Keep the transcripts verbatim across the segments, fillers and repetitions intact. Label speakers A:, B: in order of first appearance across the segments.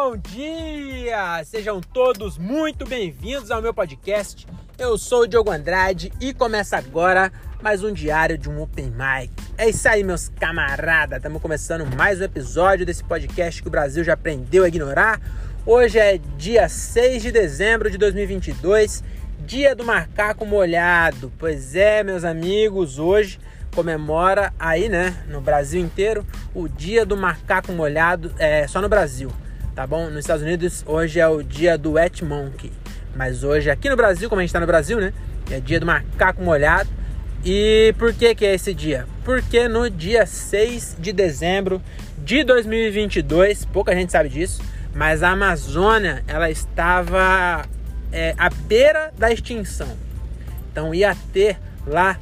A: bom dia! Sejam todos muito bem-vindos ao meu podcast. Eu sou o Diogo Andrade e começa agora mais um diário de um Open Mic. É isso aí, meus camaradas. Estamos começando mais um episódio desse podcast que o Brasil já aprendeu a ignorar. Hoje é dia seis de dezembro de dois mil e vinte e dois, dia do macaco molhado. Pois é, meus amigos, hoje comemora aí, né, no Brasil inteiro, o dia do macaco molhado, é só no Brasil, tá bom? Nos Estados Unidos hoje é o dia do Wet Monkey, mas hoje aqui no Brasil, como a gente tá no Brasil, né, é dia do macaco molhado. E por que que é esse dia? Porque no dia seis de dezembro de dois mil e vinte e dois, pouca gente sabe disso, mas a Amazônia, ela estava é, à beira da extinção. Então ia ter lá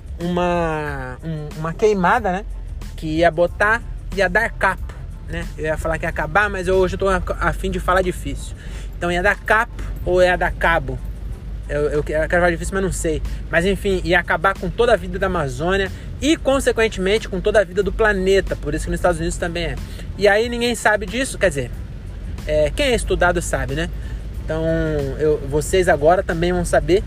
A: uma, um, uma queimada, né? Que ia botar, ia dar capo, né? Eu ia falar que ia acabar, mas eu, hoje eu tô a, a fim de falar difícil. Então ia dar capo ou ia dar cabo? Eu, eu, eu quero falar difícil, mas não sei. Mas enfim, ia acabar com toda a vida da Amazônia e, consequentemente, com toda a vida do planeta. Por isso que nos Estados Unidos também é. E aí ninguém sabe disso, quer dizer, é, quem é estudado sabe, né? Então eu, vocês agora também vão saber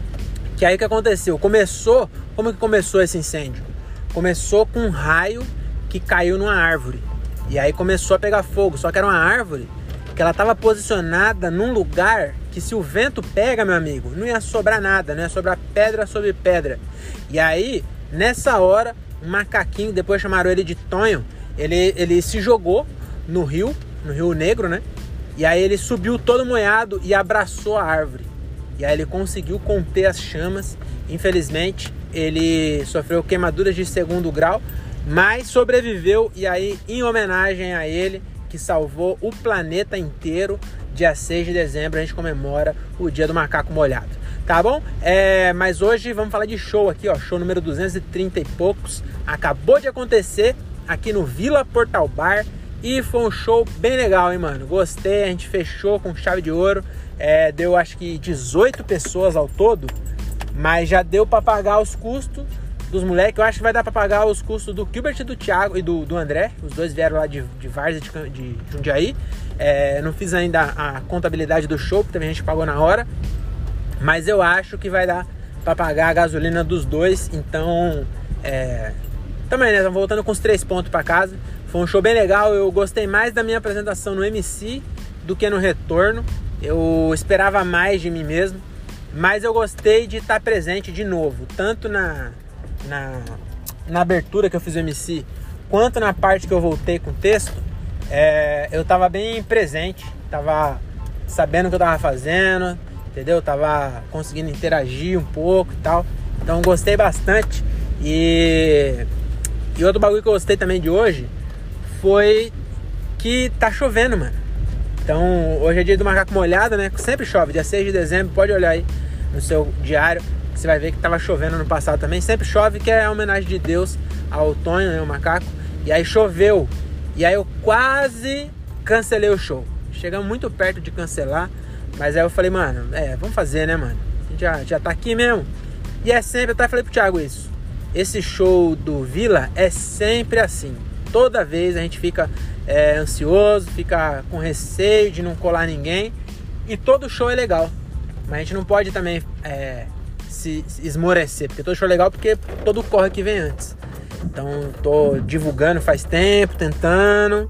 A: que aí o que aconteceu? Começou, como que começou esse incêndio? Começou com um raio que caiu numa árvore. E aí começou a pegar fogo. Só que era uma árvore que ela estava posicionada num lugar que, se o vento pega, meu amigo, não ia sobrar nada, não ia sobrar pedra sobre pedra. E aí, nessa hora, um macaquinho, depois chamaram ele de Tonho, ele, ele se jogou no rio, no Rio Negro, né? E aí ele subiu todo molhado e abraçou a árvore. E aí ele conseguiu conter as chamas. Infelizmente, ele sofreu queimaduras de segundo grau, mas sobreviveu. E aí, em homenagem a ele, que salvou o planeta inteiro, dia seis de dezembro a gente comemora o dia do macaco molhado. Tá bom? É, mas hoje vamos falar de show aqui, ó. Show número duzentos e trinta e poucos. Acabou de acontecer aqui no Vila Portal Bar. E foi um show bem legal, hein, mano? Gostei, a gente fechou com chave de ouro. É, deu acho que dezoito pessoas ao todo, mas já deu pra pagar os custos dos moleques. Eu acho que vai dar pra pagar os custos do Gilbert e do Thiago e do, do André. Os dois vieram lá de, de Várzea, de, de Jundiaí. É, não fiz ainda a contabilidade do show, porque também a gente pagou na hora. Mas eu acho que vai dar pra pagar a gasolina dos dois. Então, é, também, né? Estamos voltando com os três pontos pra casa. Foi um show bem legal. Eu gostei mais da minha apresentação no M C do que no retorno. Eu esperava mais de mim mesmo, mas eu gostei de estar presente de novo, tanto na, na, na abertura que eu fiz o M C, quanto na parte que eu voltei com o texto. É, eu estava bem presente, estava sabendo o que eu estava fazendo, entendeu? Tava conseguindo interagir um pouco e tal, então gostei bastante. E, e outro bagulho que eu gostei também de hoje foi que tá chovendo, mano. Então, hoje é dia do macaco molhado, né? Sempre chove, dia seis de dezembro, pode olhar aí no seu diário, que você vai ver que tava chovendo no passado também. Sempre chove, que é a homenagem de Deus ao Tonho, né, o macaco. E aí choveu, e aí eu quase cancelei o show. Chegamos muito perto de cancelar, mas aí eu falei, mano, é, vamos fazer, né, mano? A gente já, já tá aqui mesmo. E é sempre, eu até falei pro Thiago isso, esse show do Vila é sempre assim. Toda vez a gente fica é, ansioso, fica com receio de não colar ninguém. E todo show é legal, mas a gente não pode também é, se, se esmorecer, porque todo show é legal porque todo corre que vem antes. Então tô divulgando faz tempo, tentando.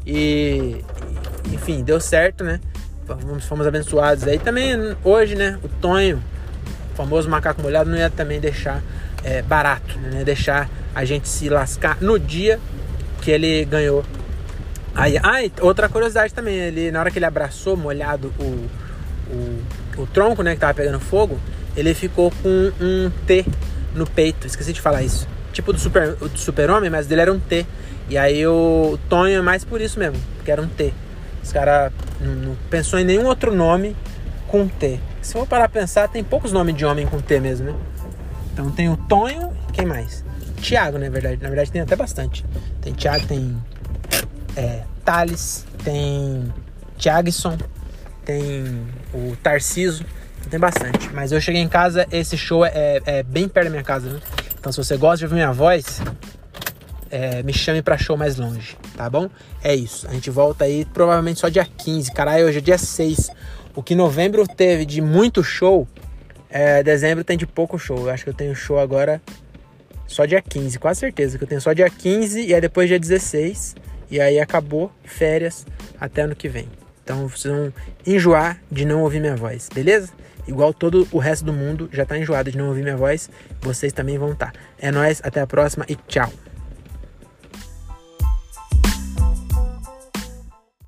A: E enfim, deu certo, né? Fomos, fomos abençoados aí. Também hoje, né, o Tonho, o famoso macaco molhado, não ia também deixar é, barato, né? Não ia deixar a gente se lascar no dia que ele ganhou. Aí, ah, outra curiosidade também, ele, na hora que ele abraçou molhado o, o, o tronco, né, que tava pegando fogo, ele ficou com um T no peito. Esqueci de falar isso. Tipo do super, do super-homem, mas dele era um T. E aí o, o Tonho é mais por isso mesmo, porque era um T. Os caras não, não pensou em nenhum outro nome com T. Se for parar pra pensar, tem poucos nomes de homem com T mesmo, né? Então tem o Tonho, quem mais? Thiago, na verdade. Na verdade tem até bastante. Tem Thiago, tem é, Thales, tem Thiagson, tem o Tarciso. Tem bastante. Mas eu cheguei em casa, esse show é, é bem perto da minha casa, né? Então se você gosta de ouvir minha voz, é, me chame pra show mais longe, tá bom? É isso, a gente volta aí provavelmente só dia quinze, caralho, hoje é dia seis. O que novembro teve de muito show, é, dezembro tem de pouco show. Eu acho que eu tenho show agora só dia quinze, quase certeza que eu tenho só dia quinze e aí depois dia dezesseis. E aí acabou, férias, até ano que vem. Então vocês vão enjoar de não ouvir minha voz, beleza? Igual todo o resto do mundo já tá enjoado de não ouvir minha voz, vocês também vão estar. É nóis, até a próxima e tchau!